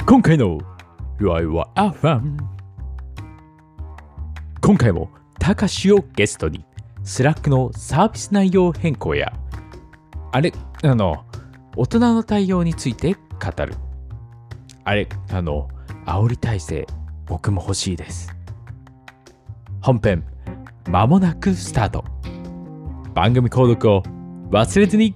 今回の UI はアファン。今回もたかしをゲストにスラックのサービス内容変更や大人の対応について語る。煽り体制僕も欲しいです。本編間もなくスタート。番組購読を忘れずに。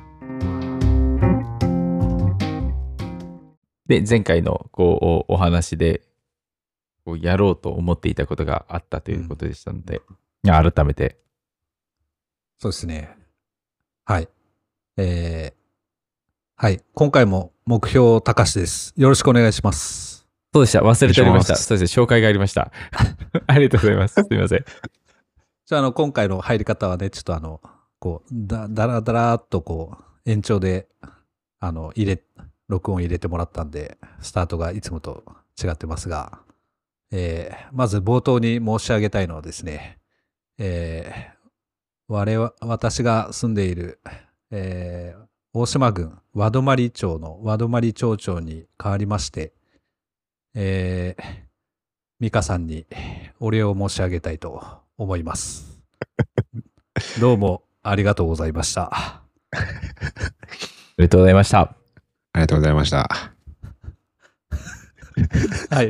で、前回のお話でやろうと思っていたことがあったということでしたので、改めて。 そうですね。はい。はい。今回も目標高しです。よろしくお願いします。 そうでした。忘れておりました。そうですね。紹介がありました。ありがとうございます。すみません。 じゃあ、今回の入り方はね、ちょっとだらだらっと延長で、録音入れてもらったんで、スタートがいつもと違ってますが、まず冒頭に申し上げたいのはですね、私が住んでいる、大島郡和泊町の和泊町長に代わりまして、美香さんにお礼を申し上げたいと思います。どうもありがとうございました。 ありがとうございました。 ありがとうございました。 はい。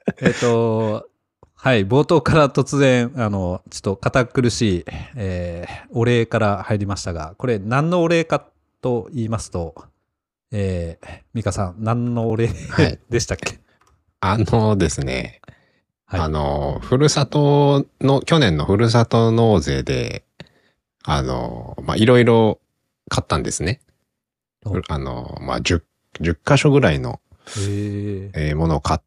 はい、冒頭から突然、ちょっと堅苦しい、お礼から入りましたが、これ何のお礼かと言いますと、美香さん、何のお礼、はい、でしたっけ？ ですね、はい、ふるさとの、去年のふるさと納税で、いろいろ買ったんですね。10箇所ぐらいの、ものを買って、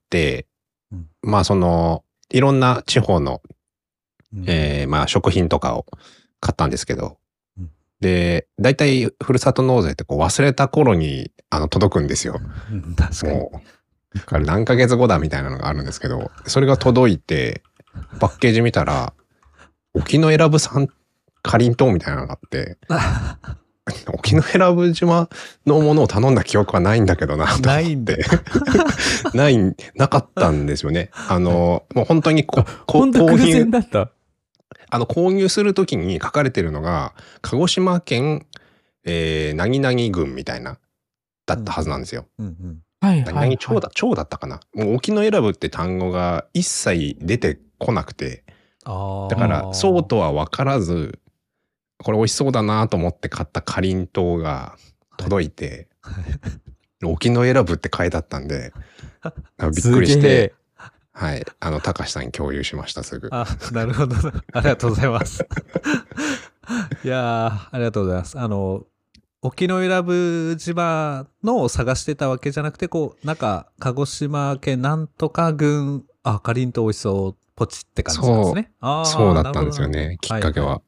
いろんな地方の、食品とかを買ったんですけど、で、大体ふるさと納税って忘れた頃に届くんですよ。 確かに。 もう何ヶ月後だみたいなのがあるんですけど、それが届いて、パッケージ見たら、沖永良部産かりんとうみたいなのがあって、沖永良部島のものを頼んだ記憶はないんだけどなと思って。なかったんですよね。もう本当に本当偶然だった。 購入するときに書かれてるのが、鹿児島県、何々郡みたいな、だったはずなんですよ。何々町だったかな。もう沖永良部って単語が一切出てこなくて、だからそうとは分からず、これ美味しそうだなと思って買ったかりんとうが届いて、沖永良部って書いてあったんで、びっくりして、はい、高橋さんに共有しました、すぐ。 あ、なるほど。ありがとうございます。いやー、ありがとうございます。沖永良部島のを探してたわけじゃなくて、なんか、鹿児島県なんとか郡、かりんとう美味しそう、ポチって感じなんですね。 そうだったんですよね、きっかけは。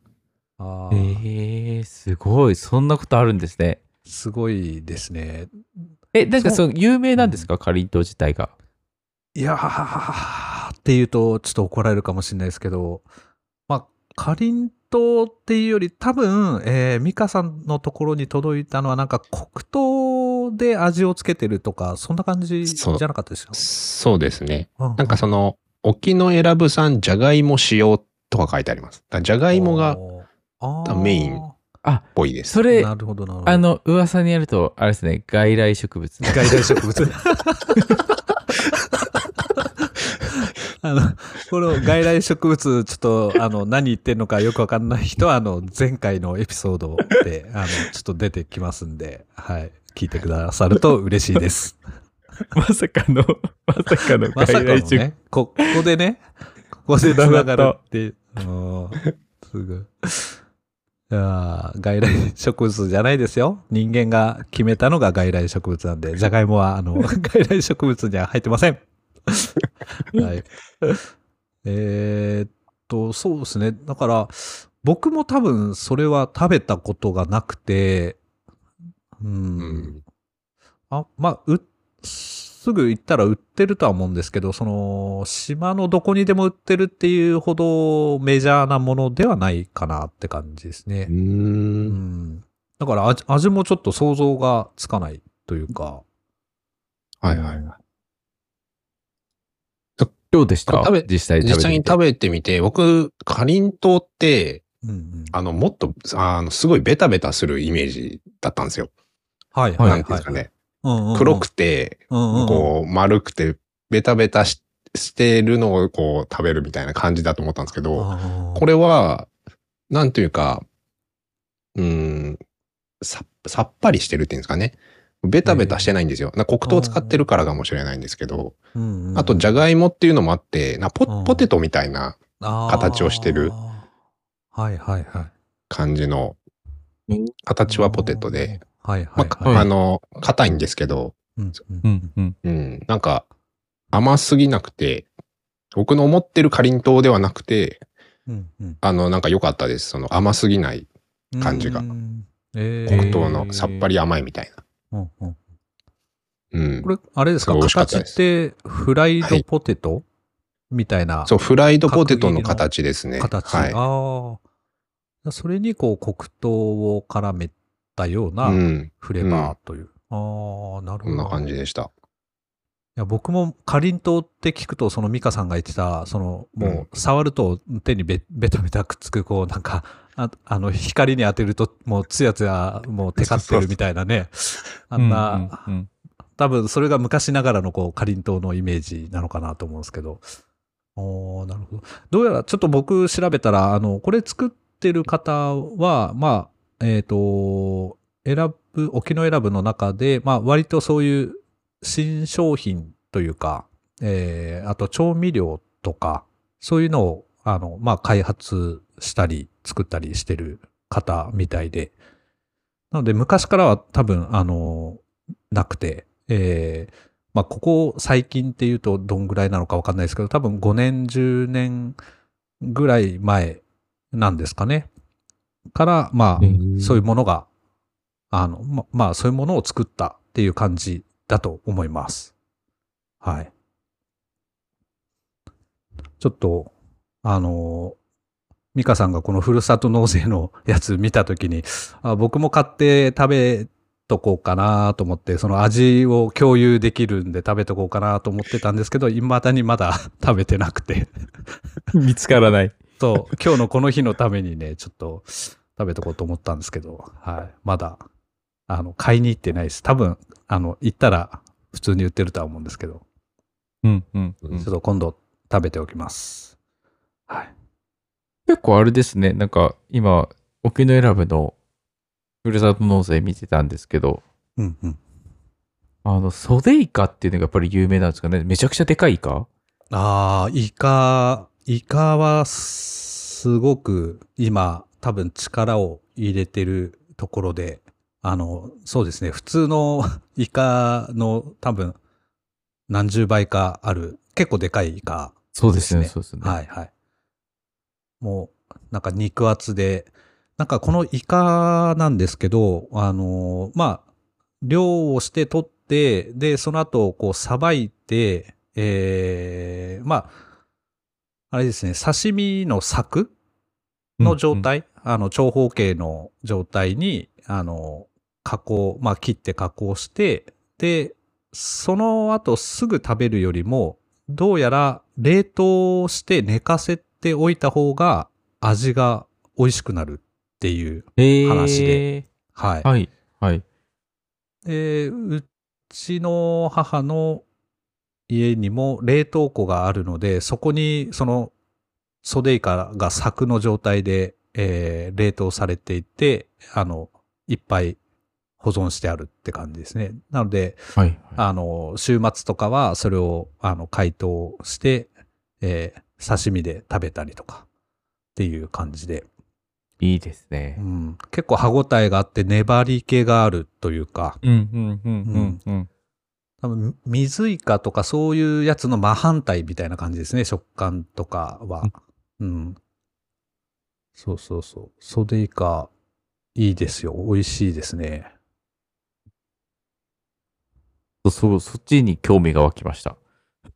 すごい。そんなことあるんですね。 すごいですね。 なんか有名なんですか、かりんとう自体が。 いやー、っていうとちょっと怒られるかもしれないですけど、かりんとうっていうより多分、美香さんのところに届いたのはなんか黒糖で味をつけてるとか、そんな感じじゃなかったですか？ そうですね。なんか沖永良部産じゃがいも使用とか書いてあります。じゃがいもがメインっぽいです。 それ、 なるほど。 噂によると、あれですね、外来植物。 外来植物。この外来植物、ちょっと、何言ってんのかよくわかんない人は、前回のエピソードで、ちょっと出てきますんで、はい。聞いてくださると嬉しいです。 まさかの外来植物。 ね、ここで繋がるって、すぐ。いや外来植物じゃないですよ。人間が決めたのが外来植物なんで、じゃがいもは、外来植物には入ってません。はい。そうですね。だから、僕も多分それは食べたことがなくて、すぐ行ったら売ってるとは思うんですけど、島のどこにでも売ってるっていうほどメジャーなものではないかなって感じですね。だから味もちょっと想像がつかないというか。 はいはい。 どうでした実際に食べてみて、僕、かりんとうって、もっと、すごいベタベタするイメージだったんですよ。 はいはい。なんていうんですかね。黒くて、こう、丸くて、ベタベタしてるのをこう食べるみたいな感じだと思ったんですけど、これは、なんというか、さっぱりしてるっていうんですかね。ベタベタしてないんですよ。黒糖使ってるからかもしれないんですけど、あと、じゃがいもっていうのもあって、ポテトみたいな形をしてる感じの、形はポテトで、硬いんですけど、なんか甘すぎなくて、僕の思ってるかりんとうではなくて、なんか良かったです。その甘すぎない感じが。黒糖のさっぱり甘いみたいな。 これ、あれですか、形ってフライドポテトみたいな。 そう、フライドポテトの形ですね。 はい。それにこう黒糖を絡めたようなフレーバーという。なるほど。 こんな感じでした。 いや、僕もかりんとうって聞くと、そのミカさんが言ってた、もう触ると手にベタベタくっつく、こうなんか、光に当てるともうツヤツヤもうテカってるみたいなね。多分それが昔ながらのこうかりんとうのイメージなのかなと思うんですけど。なるほど。どうやらちょっと僕調べたら、これ作ってる方は、まあ、沖永良部の中で、まあ割とそういう新商品というか、あと調味料とか、そういうのを、まあ開発したり作ったりしてる方みたいで。なので昔からは多分、なくて、まあここ最近っていうとどんぐらいなのかわかんないですけど、多分5年、10年ぐらい前なんですかね。から、まあ、そういうものが、まあそういうものを作ったっていう感じだと思います。はい。ちょっと、ミカさんがこのふるさと納税のやつ見たときに、僕も買って食べとこうかなと思って、その味を共有できるんで食べとこうかなと思ってたんですけど、未だにまだ食べてなくて。 見つからない。 そう、今日のこの日のためにね、ちょっと食べとこうと思ったんですけど、はい。まだ、買いに行ってないです。多分、行ったら普通に売ってるとは思うんですけど。ちょっと今度食べておきます。はい。 結構あれですね。なんか今、沖永良部のふるさと納税見てたんですけど、ソデイカっていうのがやっぱり有名なんですかね。めちゃくちゃでかいイカ？ イカはすごく今多分力を入れてるところで、そうですね。普通のイカの多分何十倍かある結構でかいイカですね。 そうですね。そうですね。 はいはい。もうなんか肉厚で、なんかこのイカなんですけど、まあ、漁をして取って、で、その後、こう、さばいて、まあ、あれですね、刺身の柵の状態、長方形の状態に、加工、まあ、切って加工して、で、その後すぐ食べるよりも、どうやら冷凍して寝かせておいた方が味が美味しくなるっていう話で。はい。 はい。はい。 で、うちの母の家にも冷凍庫があるので、そこにそのソデイカが柵の状態で、冷凍されていて、いっぱい保存してあるって感じですね。なので、 はい週末とかはそれを解凍して、刺身で食べたりとかっていう感じで。 いいですね。 結構歯ごたえがあって粘り気があるというか。多分水イカとかそういうやつの真反対みたいな感じですね、食感とかは。そうそうそう。ソデイカ、いいですよ。美味しいですね。 そっちに興味が湧きました。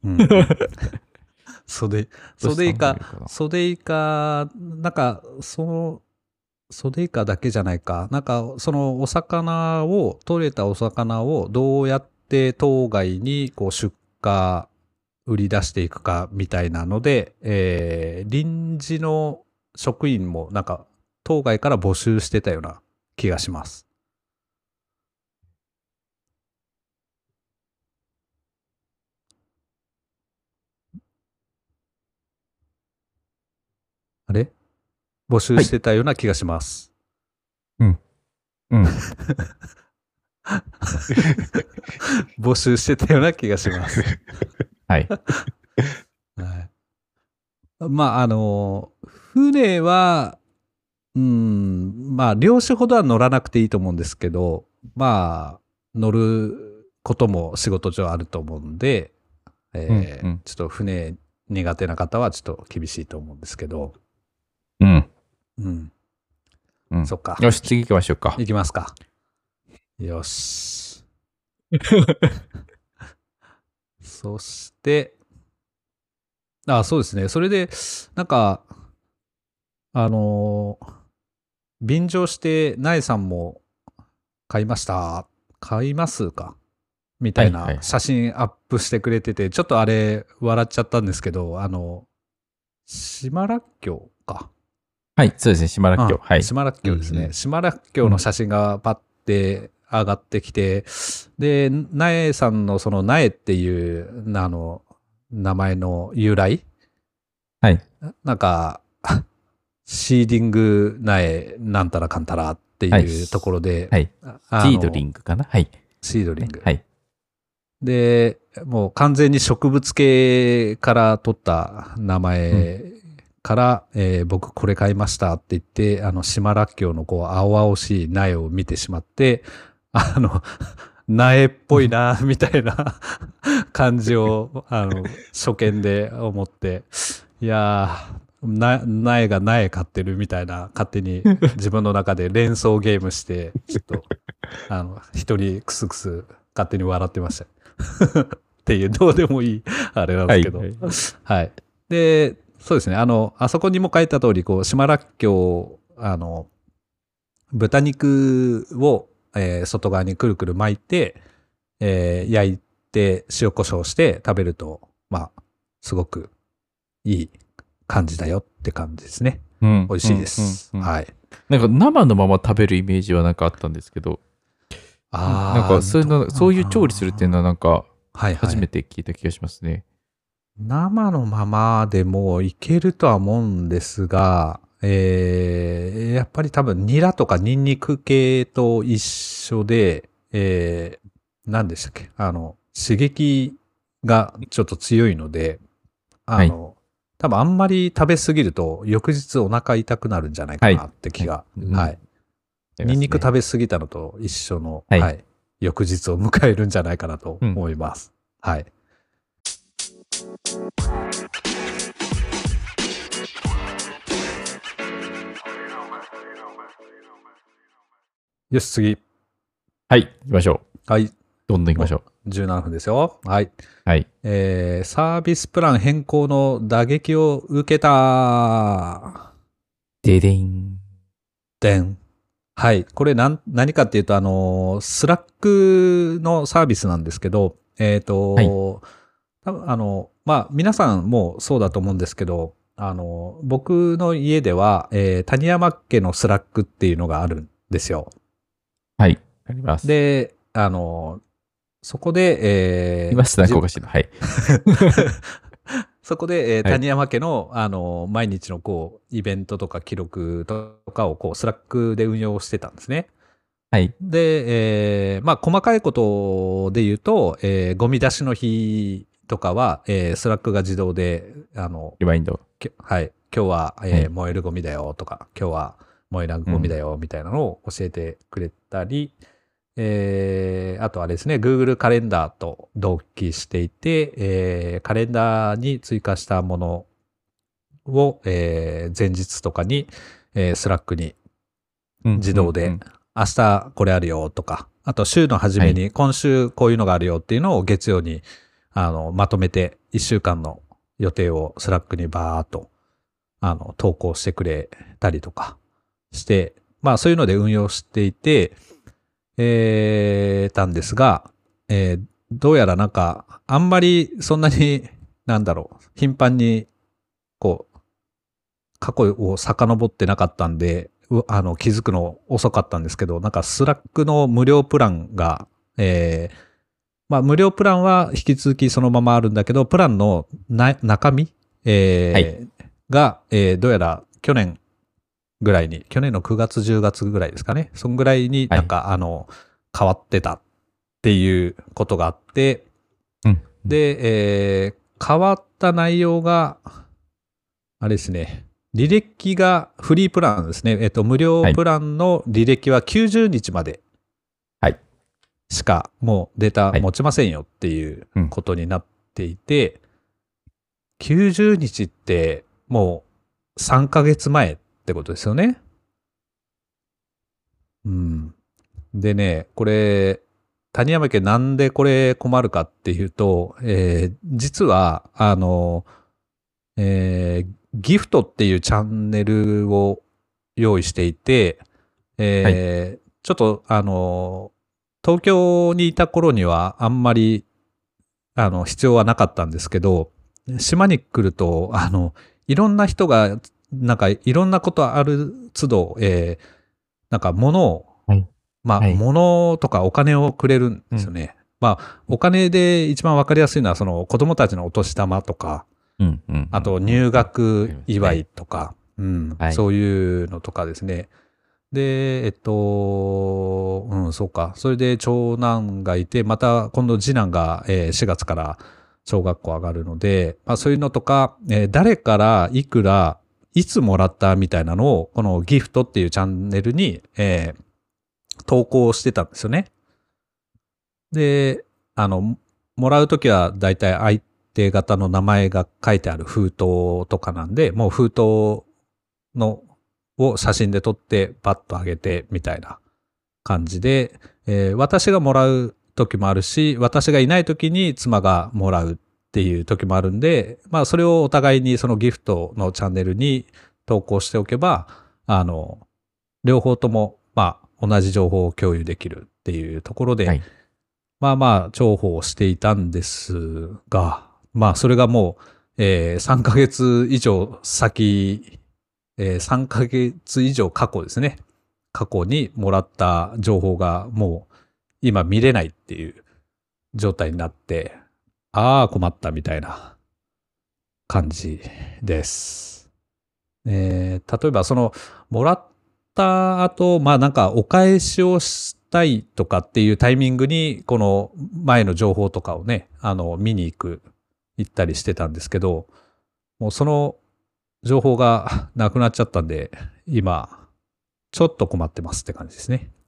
ソデイカ、なんか、ソデイカだけじゃないか。なんか、その取れたお魚をどうやって当該にこう出荷売り出していくかみたいなので、臨時の職員もなんか当該から募集してたような気がします。あれ募集してたような気がします。 はい、うん。 募集してたような気がします。 はい。 はい、まあ、船は、まあ、漁師ほどは乗らなくていいと思うんですけど、まあ、乗ることも仕事上あると思うんで、ちょっと船苦手な方はちょっと厳しいと思うんですけど。 うん。 そっか。 よし、次行きましょうか。 行きますか。よし。そして、そうですね。それで、なんか、便乗して、苗さんも買いました買いますかみたいな写真アップしてくれてて、ちょっとあれ、笑っちゃったんですけど、島らっきょうか。 はい、そうですね、島らっきょう。はい。 島らっきょうですね。島らっきょうの写真がパッて上がってきて、で、苗さんのその苗っていう、名前の由来。 はい。 なんか、シーディング苗なんたらかんたらっていうところで、 はい。シードリングかな。はい。 シードリング。 はい。 で、もう完全に植物系から取った名前から、僕これ買いましたって言って、島らっきょうのこう、青々しい苗を見てしまって、苗っぽいな、みたいな感じを、初見で思って、いやー、苗が苗買ってるみたいな、勝手に自分の中で連想ゲームして、ちょっと、一人クスクス勝手に笑ってました。っていう、どうでもいい、あれなんですけど。はい。で、そうですね。あそこにも書いた通り、こう、島らっきょう、豚肉を、外側にくるくる巻いて、焼いて、塩コショウして食べると、まあ、すごくいい感じだよって感じですね。美味しいです。はい。 なんか生のまま食べるイメージはなんかあったんですけど、なんかそういう調理するっていうのはなんか、初めて聞いた気がしますね。 生のままでもいけるとは思うんですが、やっぱり多分ニラとかニンニク系と一緒で、何でしたっけ刺激がちょっと強いので、多分あんまり食べ過ぎると翌日お腹痛くなるんじゃないかなって気が。はい。ニンニク食べ過ぎたのと一緒の、はい。翌日を迎えるんじゃないかなと思います。はい。よし、次。 はい、行きましょう。はい。 どんどん行きましょう。17分ですよ。はい。 はい。 サービスプラン変更の打撃を受けた。 ででん。 でん。はい。これ何かっていうと、スラックのサービスなんですけど、まあ、皆さんもそうだと思うんですけど、僕の家では、谷山家のスラックっていうのがあるんですよ。 はい。あります。 で、そこで、 いますね、おかしいの。はい。 そこで、谷山家の、毎日のこう、イベントとか記録とかをこう、スラックで運用してたんですね。 はい。 で、まあ、細かいことで言うと、ゴミ出しの日とかは、スラックが自動で、 リマインド。 はい。今日は、燃えるゴミだよとか、今日は燃えないゴミだよみたいなのを教えてくれたり、あとあれですね、Google カレンダーと同期していて、カレンダーに追加したものを、前日とかに、スラックに自動で、明日これあるよとか、あと週の初めに今週こういうのがあるよっていうのを月曜にまとめて1週間の予定をスラックにバーっと投稿してくれたりとかして、まあそういうので運用していて、たんですが、どうやらなんかあんまりそんなに頻繁に、過去を遡ってなかったんで、気づくの遅かったんですけど、スラックの無料プランが、無料プランは引き続きそのままあるんだけど、プランの中身、が、どうやら去年の9月10月ぐらいですかね。そんぐらいに変わってたっていうことがあって、で、変わった内容が、あれですね、履歴がフリープランですね。無料プランの履歴は90日までしかもうデータ持ちませんよっていうことになっていて、90日ってもう3ヶ月前ってことですよね。でね、これ、谷山家なんでこれ困るかっていうと、実は、ギフトっていうチャンネルを用意していて、ちょっと東京にいた頃にはあんまり必要はなかったんですけど、島に来るといろんな人がいろんなことある都度、物を、物とかお金をくれるんですよね。お金で一番わかりやすいのは子供たちのお年玉とか、あと入学祝いとか、そういうのとかですね。で、そうか。それで長男がいて、また今度次男が4月から小学校上がるので、そういうのとか、誰からいくら、いつもらったみたいなのを、このギフトっていうチャンネルに、投稿してたんですよね。で、もらうときはだいたい相手方の名前が書いてある封筒とかなんで、もう封筒を写真で撮ってパッと上げてみたいな感じで、私がもらう時もあるし、私がいない時に妻がもらうっていう時もあるんで、それをお互いにそのギフトのチャンネルに投稿しておけば、両方とも同じ情報を共有できるっていうところで、重宝していたんですが、それがもう、3ヶ月以上先、3ヶ月以上過去ですね。過去にもらった情報がもう今見れないっていう状態になって、困ったみたいな感じです。例えばもらった後、お返しをしたいとかっていうタイミングに、この前の情報とかをね、見に行ったりしてたんですけど、もうその情報がなくなっちゃったんで、今、ちょっと困ってますって感じですね。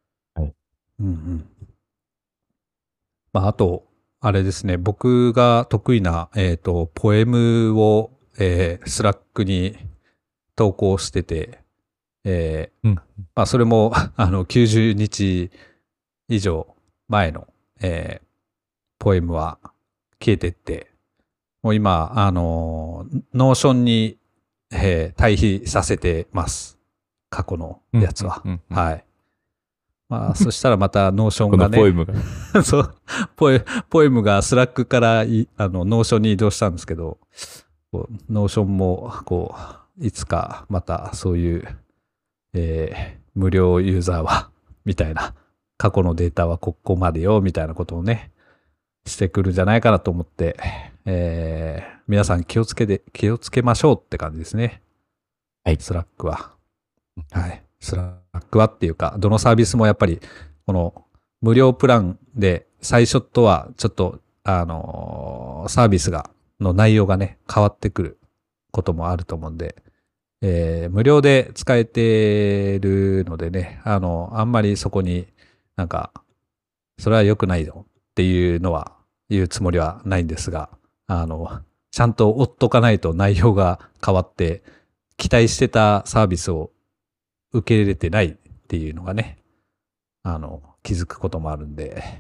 あと、あれですね、僕が得意な、ポエムを、スラックに投稿してて、それも、90日以上前の、ポエムは消えてって、もう今、ノーションに、対比させてます。過去のやつは。はい。そしたらまたノーションがね。 このポエムが。 そう、ポエムがスラックからノーションに移動したんですけど、ノーションも、いつかまたそういう、無料ユーザーは、みたいな、過去のデータはここまでよ、みたいなことをね、してくるんじゃないかなと思って、皆さん気をつけましょうって感じですね。 はい。 スラックは。はい。スラックはっていうか、どのサービスもやっぱり、この無料プランで最初とはちょっと、サービスの内容がね、変わってくることもあると思うんで、無料で使えてるのでね、あんまりそこにそれは良くないよっていうのは言うつもりはないんですが、ちゃんと追っとかないと内容が変わって、期待してたサービスを受け入れてないっていうのがね、気づくこともあるんで、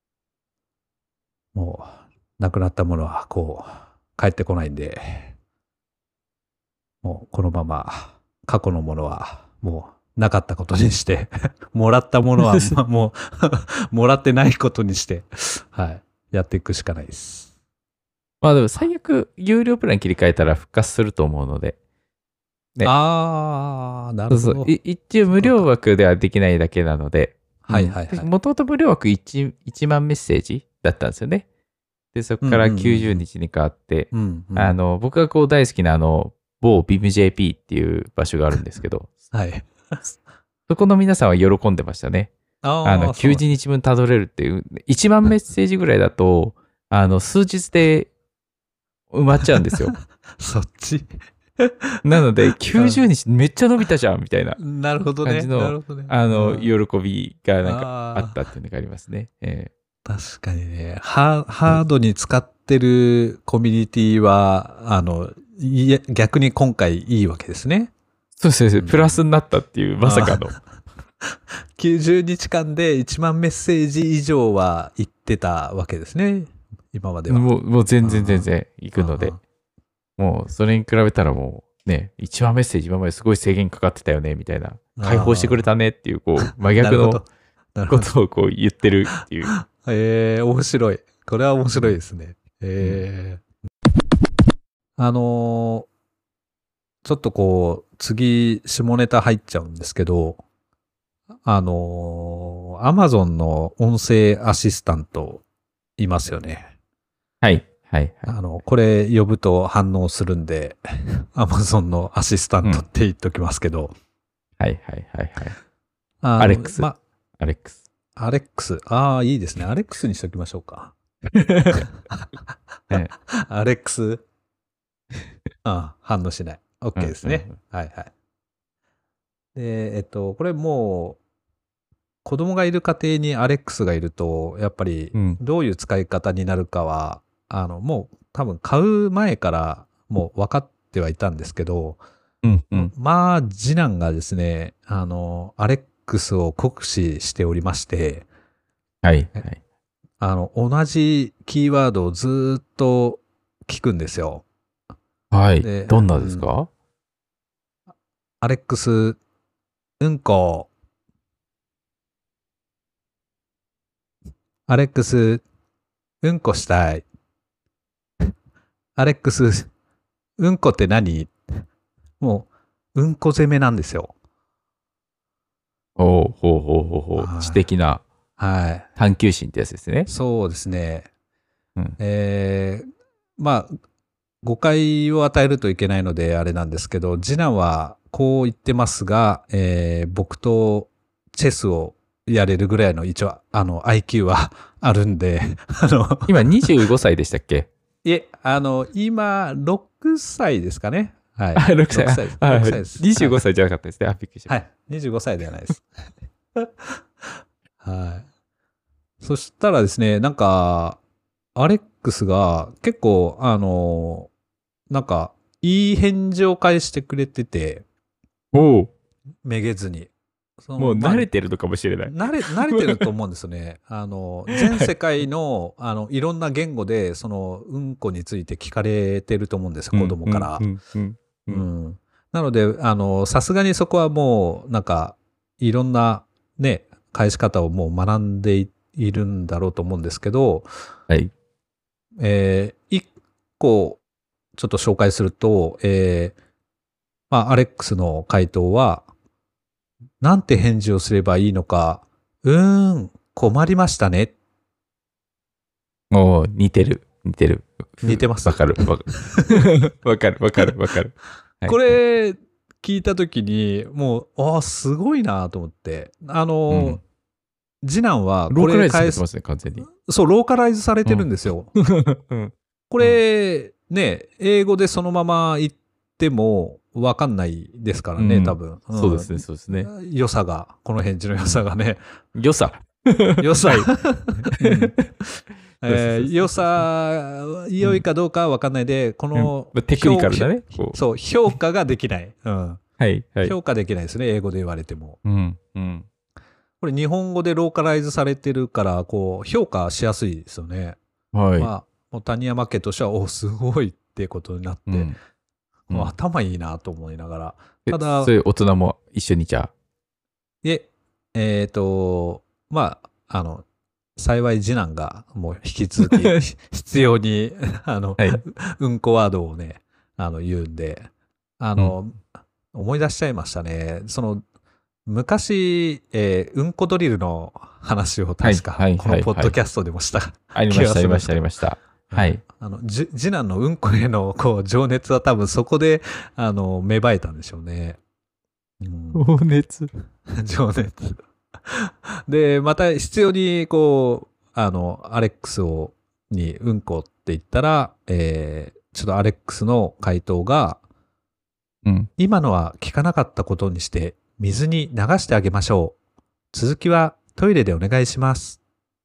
もう、なくなったものは帰ってこないんで、もうこのまま過去のものはもうなかったことにして、もらったものはもうもらってないことにして、はい、やっていくしかないです。 まあでも最悪有料プラン切り替えたら復活すると思うので。ね、 なるほど。そう一応無料枠ではできないだけなので。 はいはいはい。 もともと無料枠 1万メッセージだったんですよね。で、そこから90日に変わって、僕がこう大好きな某 BIMJP っていう場所があるんですけど、 はい。 そこの皆さんは喜んでましたね。90日分たどれるっていう、1万メッセージぐらいだと、数日で埋まっちゃうんですよ。 そっちなので、90日めっちゃ伸びたじゃんみたいななるほどね。 感じの、喜びがなんかあったっていうのがありますね。 確かにね、ハードに使ってるコミュニティは、逆に今回いいわけですね。 そうですね、プラスになったっていう、まさかの。 90日間で1万メッセージ以上は行ってたわけですね、今までは。 もう全然行くので。もうそれに比べたらもうね、1万メッセージ今まですごい制限かかってたよね、みたいな。解放してくれたねっていう、こう、真逆のことをこう言ってるっていう。 面白い。これは面白いですね。ちょっとこう、次、下ネタ入っちゃうんですけど、Amazon の音声アシスタントいますよね。 はい。 これ呼ぶと反応するんで、Amazon のアシスタントって言っときますけど。 はい。アレックス。アレックス。 いいですね。アレックスにしときましょうか。アレックス。反応しない。OK ですね。はい。で、これもう、子供がいる家庭にアレックスがいると、やっぱりどういう使い方になるかは、もう多分買う前からもう分かってはいたんですけど、まあ、次男がですね、アレックスを酷使しておりまして、同じキーワードをずっと聞くんですよ。 はい。どんなですか？ アレックス、うんこ。アレックス、うんこしたい。アレックス、うんこって何？もう、うんこ攻めなんですよ。 ほう。知的な探求心ってやつですね。 そうですね。まあ、誤解を与えるといけないのであれなんですけど、次男はこう言ってますが、僕とチェスをやれるぐらいの一応、IQ はあるんで、 今25歳でしたっけ？ いえ、今、6歳ですかね。はい。 6歳。6 歳です。 25歳じゃなかったですね。びっくりした。 はい。25歳ではないです。はい。そしたらですね、なんか、アレックスが結構、なんか、いい返事を返してくれてて、めげずに。 もう慣れてるのかもしれない。 慣れてると思うんですよね。全世界の、いろんな言語で、うんこについて聞かれてると思うんですよ、子供から。なので、さすがにそこはもう、なんか、いろんなね、返し方をもう学んでいるんだろうと思うんですけど、 はい。 一個、ちょっと紹介すると、アレックスの回答は、なんて返事をすればいいのか、困りましたね。 似てる。 似てます。 わかる。 これ、聞いたときに、もう、すごいなと思って。次男は、 これ返す。ローカライズされてますね、完全に。 そう、ローカライズされてるんですよ。これ、ね、英語でそのまま言ってもわかんないですからね、多分。 そうですね。 良さが、この返事の良さがね。 良さ。 良さ。良いかどうかは分かんないで、この、 テクニカルだね。 そう、評価ができない。 はいはい。 評価できないですね、英語で言われても。 これ日本語でローカライズされてるから、こう、評価しやすいですよね。 はい。 まあ、もう谷山家としては、すごいってことになって、頭いいなと思いながら。 ただ、そういう大人も一緒にじゃあ。 幸い次男がもう引き続き必要に、うんこワードをね、言うんで、思い出しちゃいましたね。昔、うんこドリルの話を確か、このポッドキャストでもしたありました。はい。 次男のうんこへの、情熱は多分そこで、芽生えたんでしょうね。 情熱で、また必要に、アレックスにうんこって言ったら、ちょっとアレックスの回答が、今のは聞かなかったことにして、水に流してあげましょう。続きはトイレでお願いします。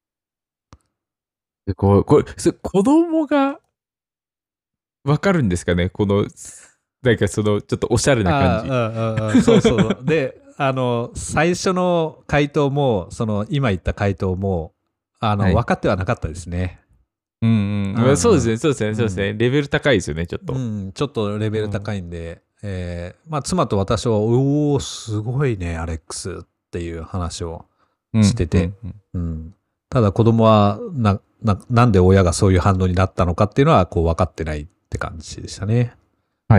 これ、子供がわかるんですかね、なんかちょっとおしゃれな感じ。そう。で、最初の回答も、今言った回答も、分かってはなかったですね。 そうですね。レベル高いですよね、ちょっと。 ちょっとレベル高いんで、妻と私は、おー、すごいね、アレックスっていう話をしてて、ただ子供はなんで親がそういう反応になったのかっていうのは、分かってないって感じでしたね。 はい。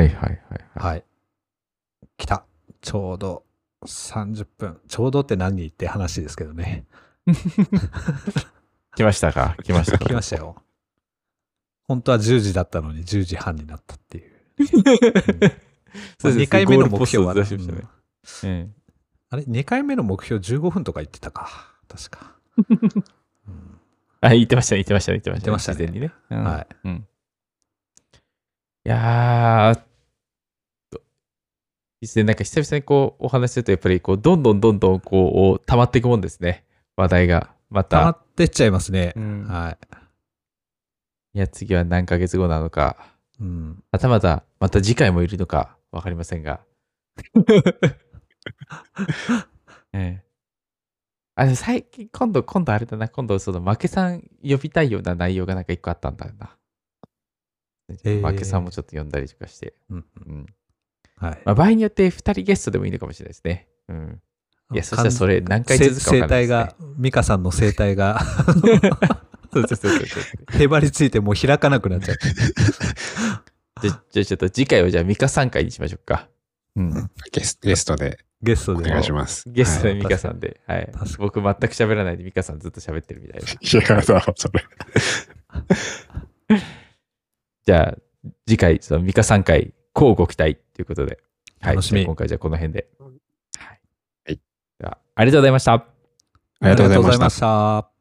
来た。ちょうど30分。ちょうどって何って話ですけどね。 来ました来ましたよ。本当は10時だったのに10時半になったっていう。2回目の目標は、あれ ?2 回目の目標15分とか言ってたか。確か。 言ってましたね。 事前にね。はい。 いやー、なんか久々にお話しすると、やっぱりどんどん溜まっていくもんですね。話題が。また。 溜まってっちゃいますね。はい。 いや、次は何ヶ月後なのか。また次回もいるのかわかりませんが。でも最近、今度あれだな。今度負けさん呼びたいような内容がなんか一個あったんだよな。負けさんもちょっと呼んだりとかして。 はい。 場合によって2人ゲストでもいいのかもしれないですね。いや、そしたらそれ何回続くか分かんないですね。 ミカさんの生態がへばりついてもう開かなくなっちゃって。 じゃあちょっと次回はじゃあミカさん回にしましょうか。 ゲストで。お願いします。 ゲストでミカさんで。はい。僕全く喋らないでミカさんずっと喋ってるみたいな。 いや、それ。 じゃあ次回、ミカさん回、乞うご期待ということで。 楽しみ。 今回じゃあこの辺で。はい。では、ありがとうございました。 ありがとうございました。